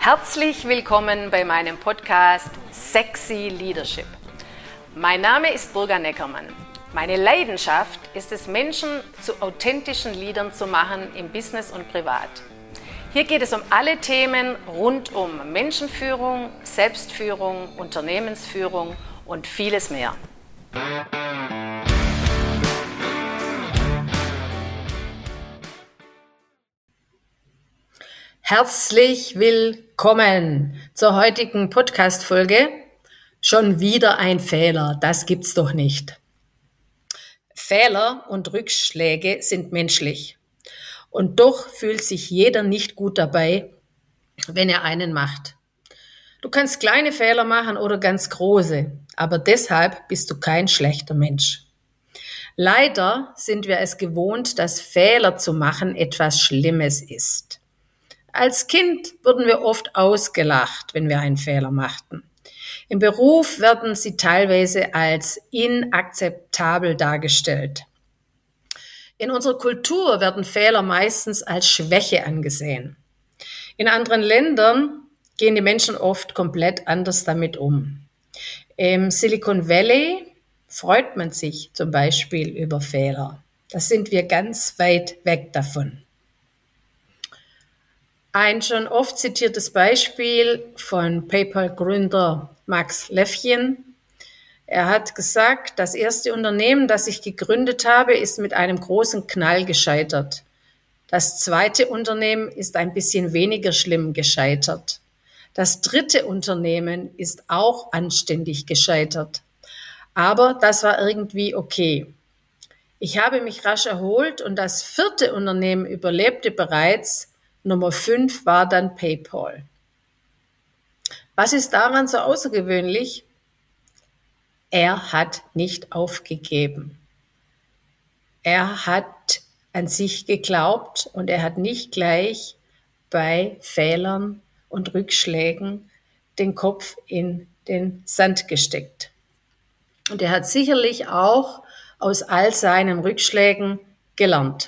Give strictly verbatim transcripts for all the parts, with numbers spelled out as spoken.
Herzlich willkommen bei meinem Podcast Sexy Leadership. Mein Name ist Burga Neckermann. Meine Leidenschaft ist es, Menschen zu authentischen Leadern zu machen im Business und privat. Hier geht es um alle Themen rund um Menschenführung, Selbstführung, Unternehmensführung und vieles mehr. Herzlich willkommen zur heutigen Podcast-Folge. Schon wieder ein Fehler, das gibt's doch nicht. Fehler und Rückschläge sind menschlich. Und doch fühlt sich jeder nicht gut dabei, wenn er einen macht. Du kannst kleine Fehler machen oder ganz große, aber deshalb bist du kein schlechter Mensch. Leider sind wir es gewohnt, dass Fehler zu machen etwas Schlimmes ist. Als Kind wurden wir oft ausgelacht, wenn wir einen Fehler machten. Im Beruf werden sie teilweise als inakzeptabel dargestellt. In unserer Kultur werden Fehler meistens als Schwäche angesehen. In anderen Ländern gehen die Menschen oft komplett anders damit um. Im Silicon Valley freut man sich zum Beispiel über Fehler. Da sind wir ganz weit weg davon. Ein schon oft zitiertes Beispiel von PayPal-Gründer Max Levchin. Er hat gesagt, das erste Unternehmen, das ich gegründet habe, ist mit einem großen Knall gescheitert. Das zweite Unternehmen ist ein bisschen weniger schlimm gescheitert. Das dritte Unternehmen ist auch anständig gescheitert. Aber das war irgendwie okay. Ich habe mich rasch erholt und das vierte Unternehmen überlebte bereits. Nummer fünf war dann PayPal. Was ist daran so außergewöhnlich? Er hat nicht aufgegeben. Er hat an sich geglaubt und er hat nicht gleich bei Fehlern und Rückschlägen den Kopf in den Sand gesteckt. Und er hat sicherlich auch aus all seinen Rückschlägen gelernt.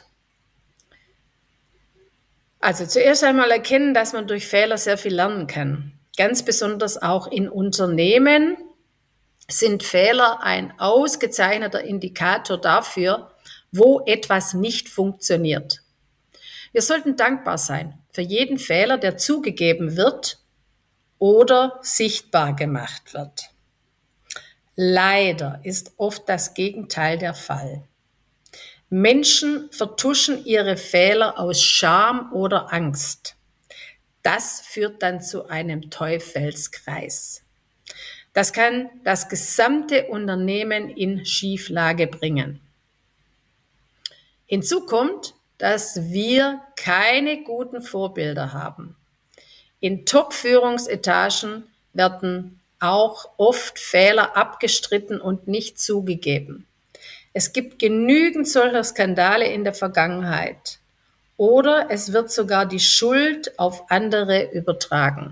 Also zuerst einmal erkennen, dass man durch Fehler sehr viel lernen kann. Ganz besonders auch in Unternehmen sind Fehler ein ausgezeichneter Indikator dafür, wo etwas nicht funktioniert. Wir sollten dankbar sein für jeden Fehler, der zugegeben wird oder sichtbar gemacht wird. Leider ist oft das Gegenteil der Fall. Menschen vertuschen ihre Fehler aus Scham oder Angst. Das führt dann zu einem Teufelskreis. Das kann das gesamte Unternehmen in Schieflage bringen. Hinzu kommt, dass wir keine guten Vorbilder haben. In Top-Führungsetagen werden auch oft Fehler abgestritten und nicht zugegeben. Es gibt genügend solcher Skandale in der Vergangenheit. Oder es wird sogar die Schuld auf andere übertragen.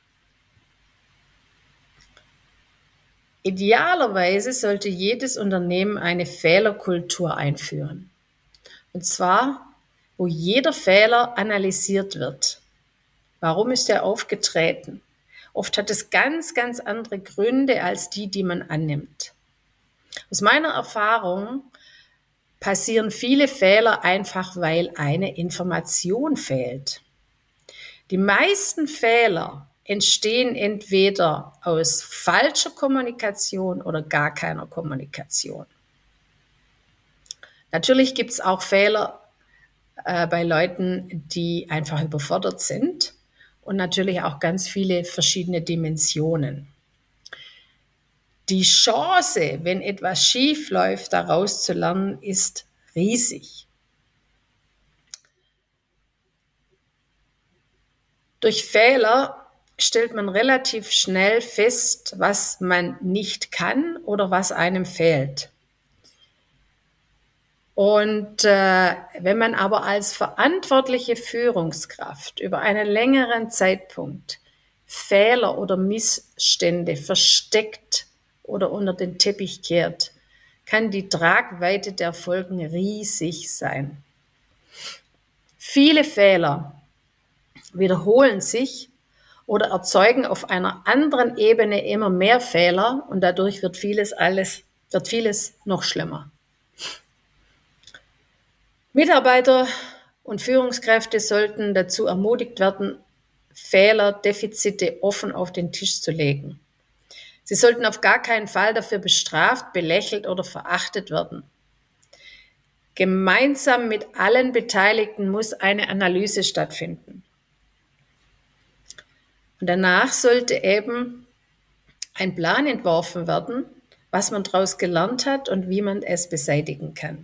Idealerweise sollte jedes Unternehmen eine Fehlerkultur einführen. Und zwar, wo jeder Fehler analysiert wird. Warum ist er aufgetreten? Oft hat es ganz, ganz andere Gründe als die, die man annimmt. Aus meiner Erfahrung passieren viele Fehler einfach, weil eine Information fehlt. Die meisten Fehler entstehen entweder aus falscher Kommunikation oder gar keiner Kommunikation. Natürlich gibt es auch Fehler äh, bei Leuten, die einfach überfordert sind und natürlich auch ganz viele verschiedene Dimensionen. Die Chance, wenn etwas schief läuft, daraus zu lernen, ist riesig. Durch Fehler stellt man relativ schnell fest, was man nicht kann oder was einem fehlt. Und äh, wenn man aber als verantwortliche Führungskraft über einen längeren Zeitpunkt Fehler oder Missstände versteckt oder unter den Teppich kehrt, kann die Tragweite der Folgen riesig sein. Viele Fehler wiederholen sich oder erzeugen auf einer anderen Ebene immer mehr Fehler und dadurch wird vieles alles, wird vieles noch schlimmer. Mitarbeiter und Führungskräfte sollten dazu ermutigt werden, Fehler, Defizite offen auf den Tisch zu legen. Sie sollten auf gar keinen Fall dafür bestraft, belächelt oder verachtet werden. Gemeinsam mit allen Beteiligten muss eine Analyse stattfinden. Und danach sollte eben ein Plan entworfen werden, was man daraus gelernt hat und wie man es beseitigen kann.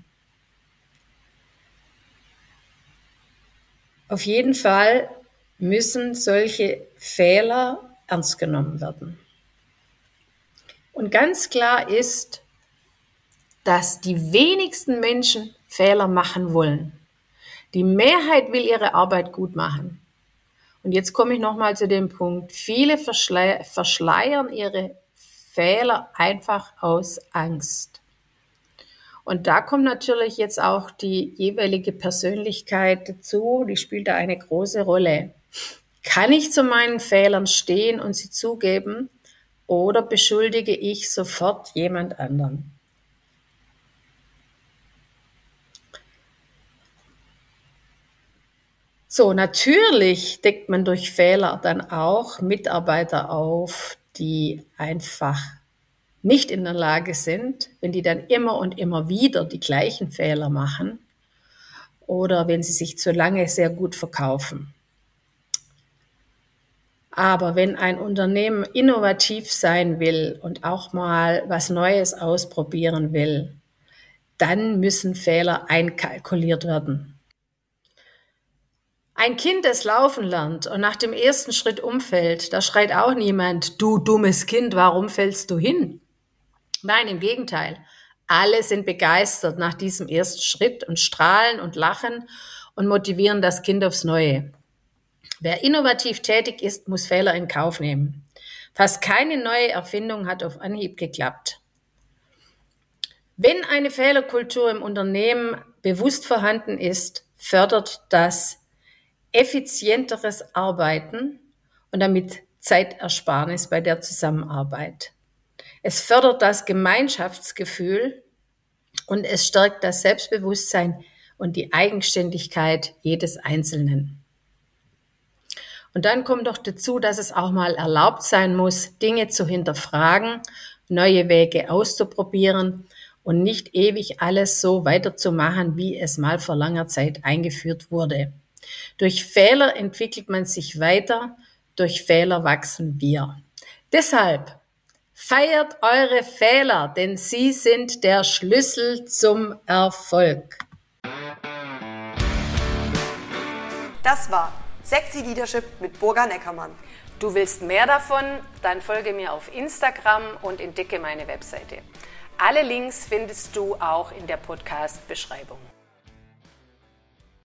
Auf jeden Fall müssen solche Fehler ernst genommen werden. Und ganz klar ist, dass die wenigsten Menschen Fehler machen wollen. Die Mehrheit will ihre Arbeit gut machen. Und jetzt komme ich nochmal zu dem Punkt. Viele verschle- verschleiern ihre Fehler einfach aus Angst. Und da kommt natürlich jetzt auch die jeweilige Persönlichkeit dazu, die spielt da eine große Rolle. Kann ich zu meinen Fehlern stehen und sie zugeben oder beschuldige ich sofort jemand anderen? So, natürlich deckt man durch Fehler dann auch Mitarbeiter auf, die einfach nicht in der Lage sind, wenn die dann immer und immer wieder die gleichen Fehler machen oder wenn sie sich zu lange sehr gut verkaufen. Aber wenn ein Unternehmen innovativ sein will und auch mal was Neues ausprobieren will, dann müssen Fehler einkalkuliert werden. Ein Kind, das laufen lernt und nach dem ersten Schritt umfällt, da schreit auch niemand, du dummes Kind, warum fällst du hin? Nein, im Gegenteil. Alle sind begeistert nach diesem ersten Schritt und strahlen und lachen und motivieren das Kind aufs Neue. Wer innovativ tätig ist, muss Fehler in Kauf nehmen. Fast keine neue Erfindung hat auf Anhieb geklappt. Wenn eine Fehlerkultur im Unternehmen bewusst vorhanden ist, fördert das effizienteres Arbeiten und damit Zeitersparnis bei der Zusammenarbeit. Es fördert das Gemeinschaftsgefühl und es stärkt das Selbstbewusstsein und die Eigenständigkeit jedes Einzelnen. Und dann kommt noch dazu, dass es auch mal erlaubt sein muss, Dinge zu hinterfragen, neue Wege auszuprobieren und nicht ewig alles so weiterzumachen, wie es mal vor langer Zeit eingeführt wurde. Durch Fehler entwickelt man sich weiter, durch Fehler wachsen wir. Deshalb feiert eure Fehler, denn sie sind der Schlüssel zum Erfolg. Das war Sexy Leadership mit Burga Neckermann. Du willst mehr davon? Dann folge mir auf Instagram und entdecke meine Webseite. Alle Links findest du auch in der Podcast-Beschreibung.